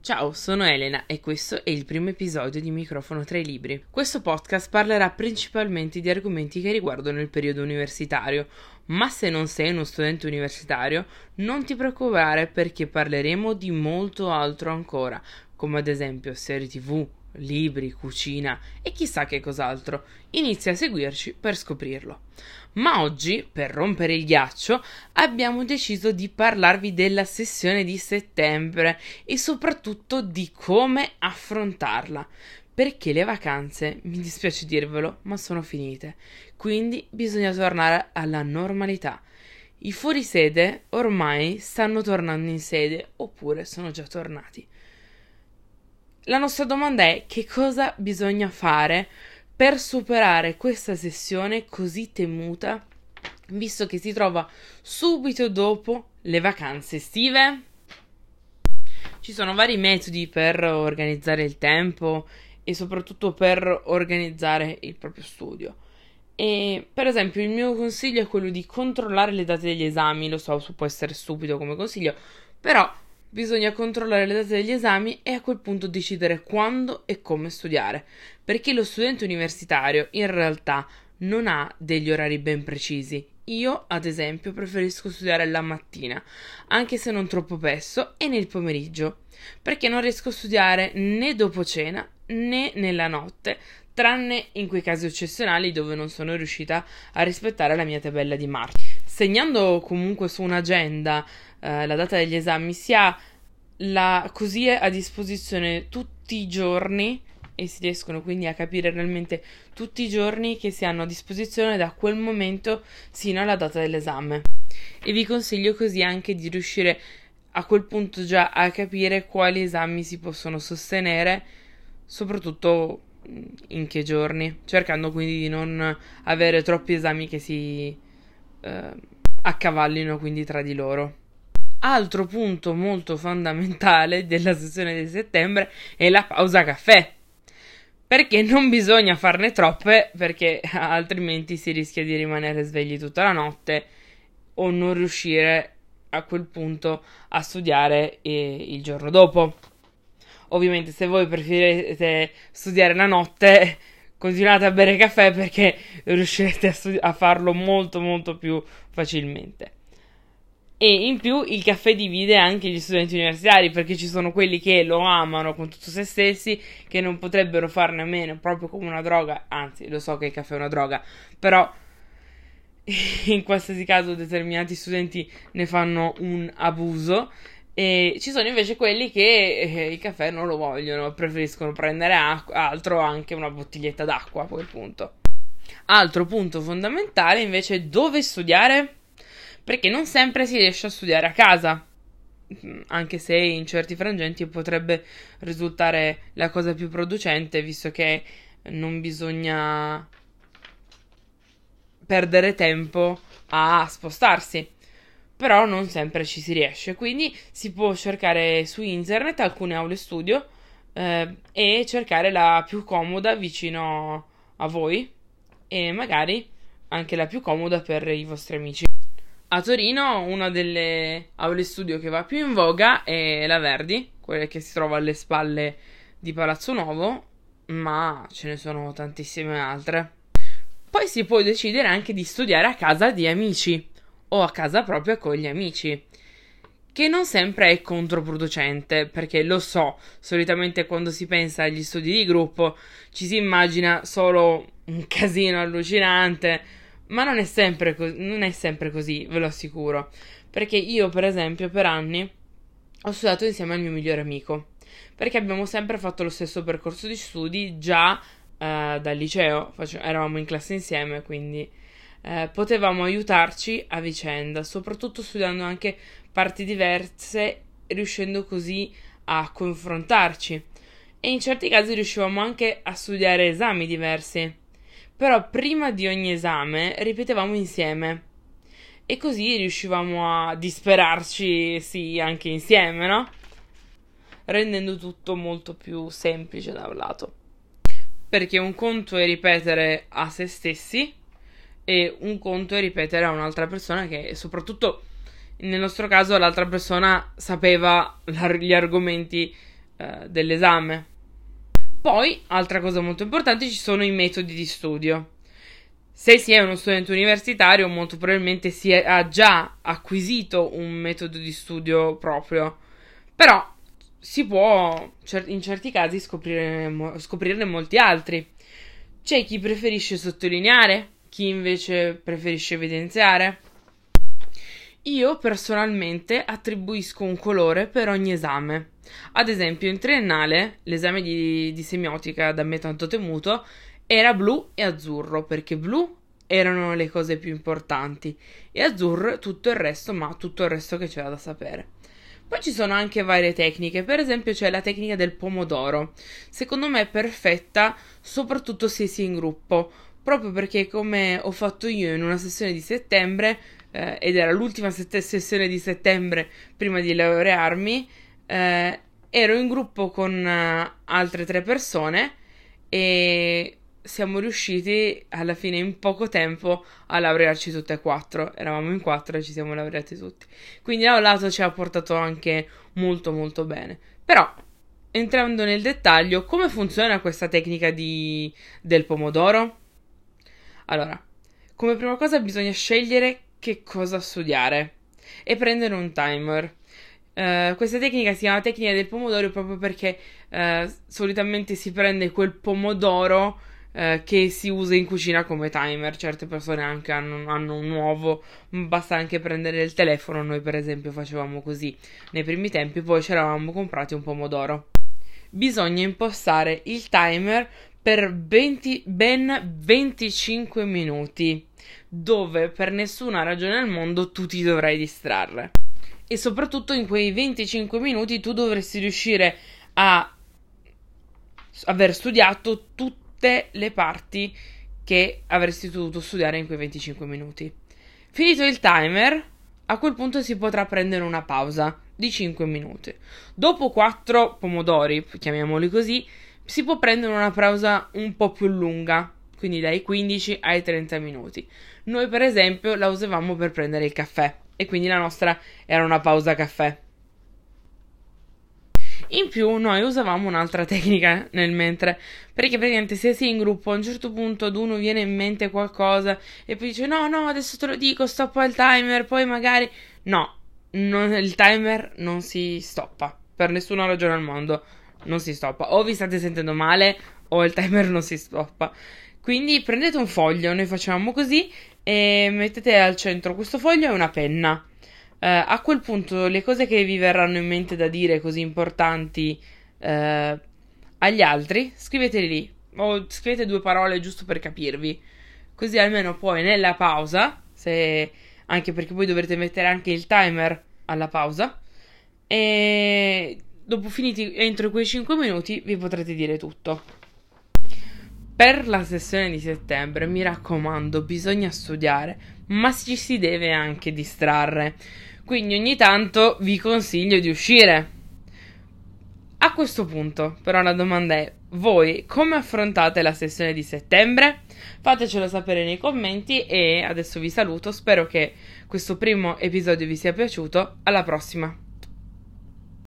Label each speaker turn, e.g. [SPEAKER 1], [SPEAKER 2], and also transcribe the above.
[SPEAKER 1] Ciao, sono Elena e questo è il primo episodio di Microfono tra i libri. Questo podcast parlerà principalmente di argomenti che riguardano il periodo universitario, ma se non sei uno studente universitario, non ti preoccupare perché parleremo di molto altro ancora, come ad esempio serie TV, libri, cucina e chissà che cos'altro. Inizia a seguirci per scoprirlo. Ma oggi, per rompere il ghiaccio, abbiamo deciso di parlarvi della sessione di settembre e soprattutto di come affrontarla. Perché le vacanze, mi dispiace dirvelo, ma sono finite. Quindi bisogna tornare alla normalità. I fuorisede ormai stanno tornando in sede, oppure sono già tornati. La nostra domanda è: che cosa bisogna fare per superare questa sessione così temuta, visto che si trova subito dopo le vacanze estive? Ci sono vari metodi per organizzare il tempo e soprattutto per organizzare il proprio studio. E per esempio il mio consiglio è quello di controllare le date degli esami. Lo so, può essere stupido come consiglio, però bisogna controllare le date degli esami e a quel punto decidere quando e come studiare, perché lo studente universitario in realtà non ha degli orari ben precisi. Io, ad esempio, preferisco studiare la mattina, anche se non troppo presto, e nel pomeriggio, perché non riesco a studiare né dopo cena né nella notte, tranne in quei casi eccezionali dove non sono riuscita a rispettare la mia tabella di marcia. Segnando comunque su un'agenda la data degli esami, si ha così a disposizione tutti i giorni e si riescono quindi a capire realmente tutti i giorni che si hanno a disposizione da quel momento sino alla data dell'esame. E vi consiglio così anche di riuscire a quel punto già a capire quali esami si possono sostenere, soprattutto in che giorni, cercando quindi di non avere troppi esami che si accavallino quindi tra di loro. Altro punto molto fondamentale della sessione di settembre è la pausa caffè, perché non bisogna farne troppe, perché altrimenti si rischia di rimanere svegli tutta la notte o non riuscire a quel punto a studiare il giorno dopo. Ovviamente se voi preferite studiare la notte, continuate a bere caffè perché riuscirete a farlo molto molto più facilmente. E in più il caffè divide anche gli studenti universitari, perché ci sono quelli che lo amano con tutto se stessi, che non potrebbero farne a meno proprio come una droga. Anzi, lo so che il caffè è una droga, però in qualsiasi caso determinati studenti ne fanno un abuso. E ci sono invece quelli che il caffè non lo vogliono, preferiscono prendere altro, anche una bottiglietta d'acqua a quel punto. Altro punto fondamentale invece è dove studiare, perché non sempre si riesce a studiare a casa, anche se in certi frangenti potrebbe risultare la cosa più producente, visto che non bisogna perdere tempo a spostarsi. Però non sempre ci si riesce, quindi si può cercare su internet alcune aule studio e cercare la più comoda vicino a voi e magari anche la più comoda per i vostri amici. A Torino una delle aule studio che va più in voga è la Verdi, quella che si trova alle spalle di Palazzo Nuovo, ma ce ne sono tantissime altre. Poi si può decidere anche di studiare a casa di amici o a casa propria con gli amici, che non sempre è controproducente, perché lo so, solitamente quando si pensa agli studi di gruppo ci si immagina solo un casino allucinante, ma non è sempre così, ve lo assicuro, perché io per esempio per anni ho studiato insieme al mio migliore amico, perché abbiamo sempre fatto lo stesso percorso di studi già dal liceo, eravamo in classe insieme, quindi potevamo aiutarci a vicenda, soprattutto studiando anche parti diverse, riuscendo così a confrontarci. E in certi casi riuscivamo anche a studiare esami diversi. Però prima di ogni esame ripetevamo insieme. E così riuscivamo a disperarci, sì, anche insieme, no? Rendendo tutto molto più semplice da un lato. Perché un conto è ripetere a se stessi e un conto è ripetere a un'altra persona che, soprattutto nel nostro caso, l'altra persona sapeva gli argomenti dell'esame. Poi, altra cosa molto importante, ci sono i metodi di studio. Se si è uno studente universitario, molto probabilmente ha già acquisito un metodo di studio proprio, però si può in certi casi scoprirne molti altri. C'è chi preferisce sottolineare, chi invece preferisce evidenziare. Io personalmente attribuisco un colore per ogni esame. Ad esempio, in triennale, l'esame di semiotica da me tanto temuto era blu e azzurro, perché blu erano le cose più importanti e azzurro tutto il resto, ma tutto il resto che c'era da sapere. Poi ci sono anche varie tecniche, per esempio c'è la tecnica del pomodoro. Secondo me è perfetta, soprattutto se si è in gruppo, proprio perché come ho fatto io in una sessione di settembre, ed era l'ultima sessione di settembre prima di laurearmi, ero in gruppo con altre 3 persone e siamo riusciti alla fine in poco tempo a laurearci tutte e 4. Eravamo in 4 e ci siamo laureati tutti. Quindi da un lato ci ha portato anche molto molto bene. Però, entrando nel dettaglio, come funziona questa tecnica del pomodoro? Allora, come prima cosa bisogna scegliere che cosa studiare e prendere un timer. Questa tecnica si chiama tecnica del pomodoro proprio perché solitamente si prende quel pomodoro che si usa in cucina come timer. Certe persone anche hanno un uovo, basta anche prendere il telefono. Noi per esempio facevamo così nei primi tempi, poi ci eravamo comprati un pomodoro. Bisogna impostare il timer per ben 25 minuti, dove per nessuna ragione al mondo tu ti dovrai distrarre. E soprattutto in quei 25 minuti tu dovresti riuscire a aver studiato tutte le parti che avresti dovuto studiare in quei 25 minuti. Finito il timer, a quel punto si potrà prendere una pausa di 5 minuti. Dopo 4 pomodori, chiamiamoli così, si può prendere una pausa un po' più lunga, quindi dai 15 ai 30 minuti. Noi per esempio la usavamo per prendere il caffè e quindi la nostra era una pausa caffè. In più noi usavamo un'altra tecnica nel mentre, perché praticamente se sei in gruppo a un certo punto ad uno viene in mente qualcosa e poi dice no adesso te lo dico, stoppa il timer, poi magari il timer non si stoppa per nessuna ragione al mondo, non si stoppa, o vi state sentendo male o il timer non si stoppa. Quindi prendete un foglio, noi facevamo così, e mettete al centro questo foglio e una penna. A quel punto le cose che vi verranno in mente da dire così importanti agli altri, scriveteli lì, o scrivete 2 parole giusto per capirvi, così almeno poi nella pausa, anche perché poi dovrete mettere anche il timer alla pausa, e dopo finiti entro quei 5 minuti vi potrete dire tutto. Per la sessione di settembre, mi raccomando, bisogna studiare, ma ci si deve anche distrarre. Quindi ogni tanto vi consiglio di uscire. A questo punto, però, la domanda è: voi come affrontate la sessione di settembre? Fatecelo sapere nei commenti e adesso vi saluto. Spero che questo primo episodio vi sia piaciuto. Alla prossima!